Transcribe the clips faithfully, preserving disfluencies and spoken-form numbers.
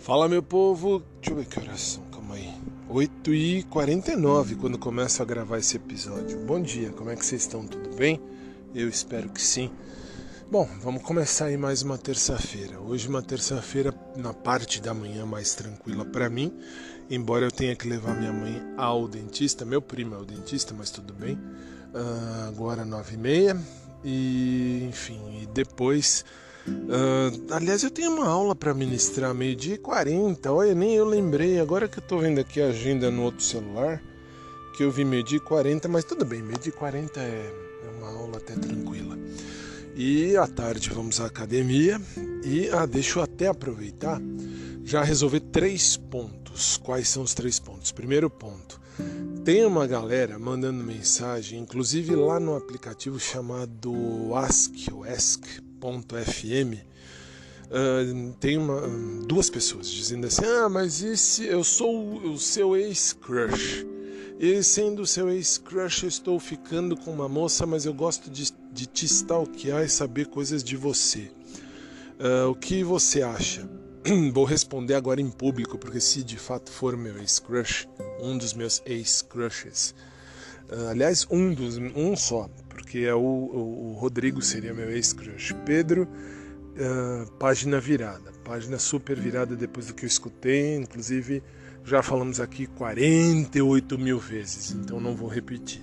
Fala, meu povo, deixa eu ver que horas são, calma aí, oito e quarenta e nove quando começo a gravar esse episódio. Bom dia, como é que vocês estão, tudo bem? Eu espero que sim. Bom, vamos começar aí mais uma terça-feira. Hoje uma terça-feira na parte da manhã mais tranquila para mim, embora eu tenha que levar minha mãe ao dentista. Meu primo é o dentista, mas tudo bem. Uh, agora nove e meia e enfim, e depois... Uh, aliás, eu tenho uma aula para ministrar meio-dia e quarenta. Olha, nem eu lembrei. Agora que eu tô vendo aqui a agenda no outro celular, que eu vi meio-dia e quarenta, mas tudo bem, meio-dia e quarenta é, é uma aula até tranquila. E à tarde vamos à academia. E ah, deixa eu até aproveitar, já resolver três pontos. Quais são os três pontos? Primeiro ponto: tem uma galera mandando mensagem, inclusive lá no aplicativo chamado Ask, ou Ask. .fm, uh, tem uma, duas pessoas dizendo assim: ah, mas e se eu sou o seu ex-crush? E sendo o seu ex-crush, eu estou ficando com uma moça, mas eu gosto de, de te stalkear e saber coisas de você. Uh, o que você acha? Vou responder agora em público, porque se de fato for meu ex-crush, um dos meus ex-crushes, uh, aliás, um, dos, um só, porque é o, o, o Rodrigo seria meu ex-crush. Pedro, uh, página virada, página super virada depois do que eu escutei, inclusive já falamos aqui quarenta e oito mil vezes, então não vou repetir.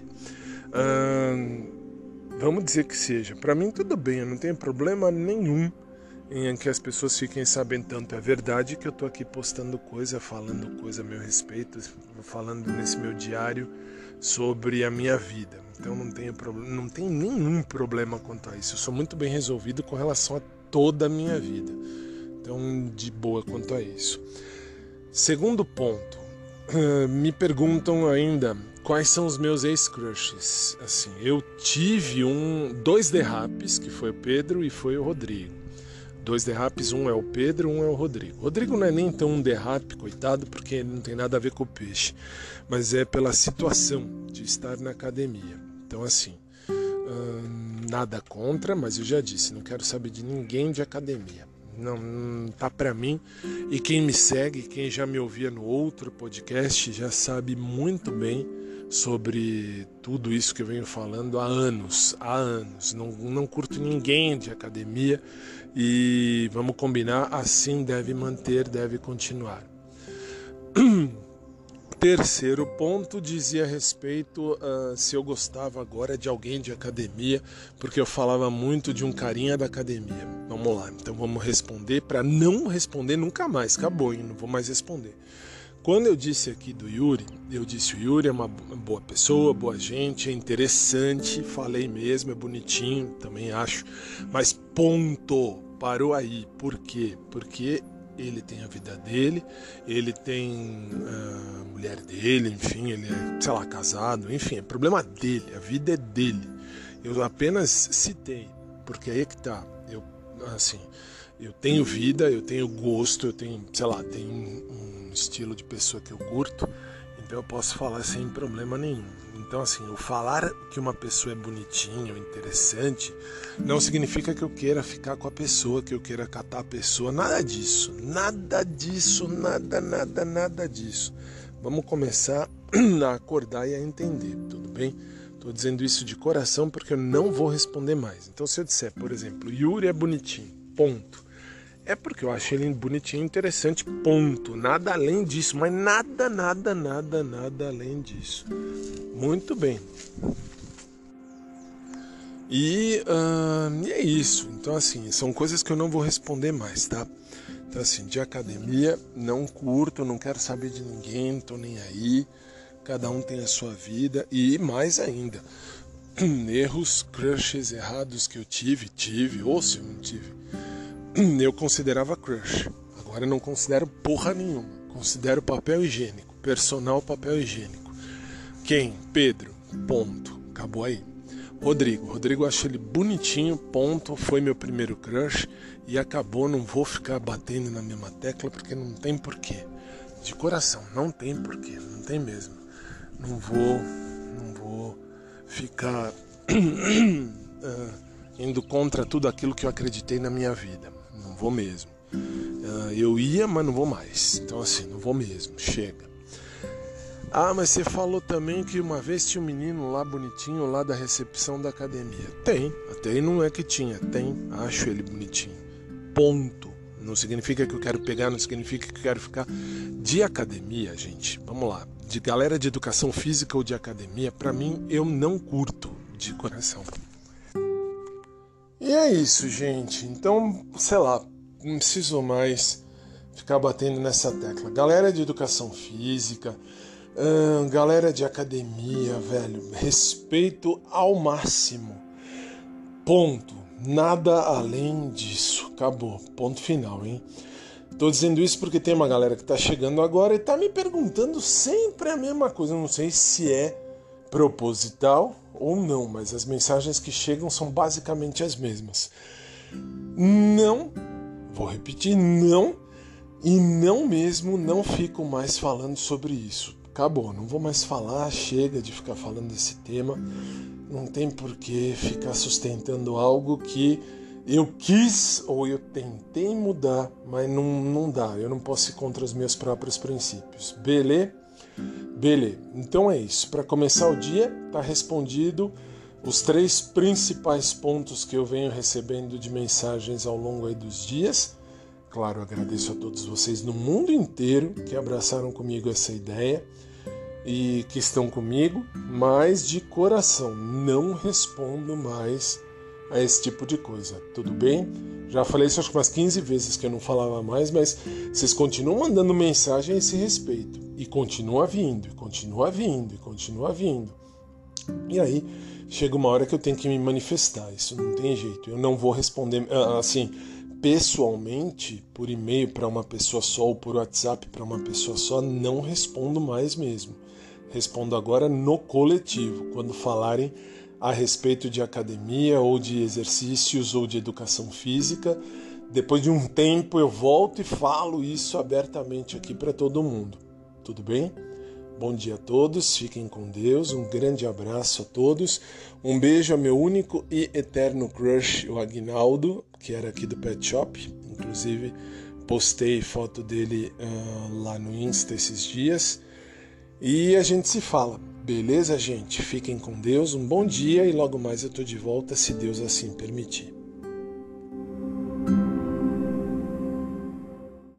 Uh, vamos dizer que seja, para mim tudo bem, eu não tenho problema nenhum em que as pessoas fiquem sabendo. Tanto é verdade que eu tô aqui postando coisa, falando coisa a meu respeito, falando nesse meu diário sobre a minha vida. Então não tenho problema, não tem nenhum problema quanto a isso. Eu sou muito bem resolvido com relação a toda a minha vida. Então, de boa quanto a isso. Segundo ponto, me perguntam ainda quais são os meus ex-crushes. Assim, eu tive um, dois derrapes, que foi o Pedro e foi o Rodrigo. Dois derrapes, um é o Pedro, um é o Rodrigo. O Rodrigo não é nem tão um derrape, coitado, porque ele não tem nada a ver com o peixe, mas é pela situação de estar na academia. Então, assim, hum, nada contra, mas eu já disse, não quero saber de ninguém de academia. Não, não tá pra mim. E quem me segue, quem já me ouvia no outro podcast, já sabe muito bem sobre tudo isso que eu venho falando há anos, há anos. Não, não curto ninguém de academia e vamos combinar, assim deve manter, deve continuar. Terceiro ponto dizia a respeito uh, se eu gostava agora de alguém de academia, porque eu falava muito de um carinha da academia. Vamos lá, então vamos responder para não responder nunca mais, acabou, hein? Não vou mais responder. Quando eu disse aqui do Yuri, eu disse o Yuri é uma boa pessoa, boa gente, é interessante, falei mesmo, é bonitinho, também acho, mas ponto, parou aí. Por quê? Porque ele tem a vida dele, ele tem a mulher dele, enfim, ele é, sei lá, casado, enfim, é problema dele, a vida é dele. Eu apenas citei, porque aí é que tá, eu, assim, eu tenho vida, eu tenho gosto, eu tenho, sei lá, tenho um, um estilo de pessoa que eu curto, então eu posso falar sem problema nenhum. Então, assim, o falar que uma pessoa é bonitinha ou interessante não significa que eu queira ficar com a pessoa, que eu queira catar a pessoa, nada disso, nada disso, nada, nada, nada disso. Vamos começar a acordar e a entender, tudo bem? Estou dizendo isso de coração porque eu não vou responder mais. Então, se eu disser, por exemplo, Yuri é bonitinho, ponto. É porque eu acho ele bonitinho e interessante, ponto. Nada além disso, mas nada, nada, nada, nada além disso. Muito bem. E, uh, e é isso. Então, assim, são coisas que eu não vou responder mais, tá? Então, assim, de academia, não curto, não quero saber de ninguém, não tô nem aí. Cada um tem a sua vida. E mais ainda, erros, crushes errados que eu tive, tive, ou se eu não tive, eu considerava crush. Agora eu não considero porra nenhuma. Considero papel higiênico. Personal papel higiênico. Quem? Pedro. Ponto. Acabou aí. Rodrigo. Rodrigo eu acho ele bonitinho. Ponto. Foi meu primeiro crush. E acabou. Não vou ficar batendo na mesma tecla porque não tem porquê. De coração. Não tem porquê. Não tem mesmo. Não vou... Não vou ficar... uh, indo contra tudo aquilo que eu acreditei na minha vida. Não vou mesmo. Uh, Uh, eu ia, mas não vou mais. Então assim, não vou mesmo, chega. Ah, mas você falou também que uma vez tinha um menino lá bonitinho, lá da recepção da academia. Tem, até aí não é que tinha, tem, acho ele bonitinho. Ponto. Não significa que eu quero pegar, não significa que eu quero ficar. De academia, gente, vamos lá. De galera de educação física ou de academia, pra mim, eu não curto de coração. E é isso, gente. Então, sei lá, não preciso mais ficar batendo nessa tecla. Galera de educação física, hum, galera de academia, velho, respeito ao máximo. Ponto. Nada além disso. Acabou. Ponto final, hein? Tô dizendo isso porque tem uma galera que tá chegando agora e tá me perguntando sempre a mesma coisa. Eu não sei se é proposital ou não, mas as mensagens que chegam são basicamente as mesmas. Não, vou repetir, não, e não mesmo, não fico mais falando sobre isso. Acabou, não vou mais falar, chega de ficar falando desse tema. Não tem por que ficar sustentando algo que eu quis ou eu tentei mudar, mas não, não dá. Eu não posso ir contra os meus próprios princípios. Beleza? Beleza. Então é isso. Para começar o dia, tá respondido os três principais pontos que eu venho recebendo de mensagens ao longo aí dos dias. Claro, agradeço a todos vocês no mundo inteiro que abraçaram comigo essa ideia e que estão comigo, mas de coração, não respondo mais a esse tipo de coisa, tudo bem? Já falei isso acho que umas quinze vezes que eu não falava mais, mas vocês continuam mandando mensagem a esse respeito, e continua vindo, e continua vindo, e continua vindo. E aí, chega uma hora que eu tenho que me manifestar, isso não tem jeito, eu não vou responder, assim, pessoalmente, por e-mail para uma pessoa só, ou por WhatsApp para uma pessoa só, não respondo mais mesmo. Respondo agora no coletivo, quando falarem a respeito de academia ou de exercícios ou de educação física. Depois de um tempo eu volto e falo isso abertamente aqui para todo mundo. Tudo bem? Bom dia a todos, fiquem com Deus, um grande abraço a todos, um beijo ao meu único e eterno crush, o Aguinaldo, que era aqui do Pet Shop, inclusive postei foto dele uh, lá no Insta esses dias. E a gente se fala, beleza, gente? Fiquem com Deus, um bom dia e logo mais eu tô de volta, se Deus assim permitir.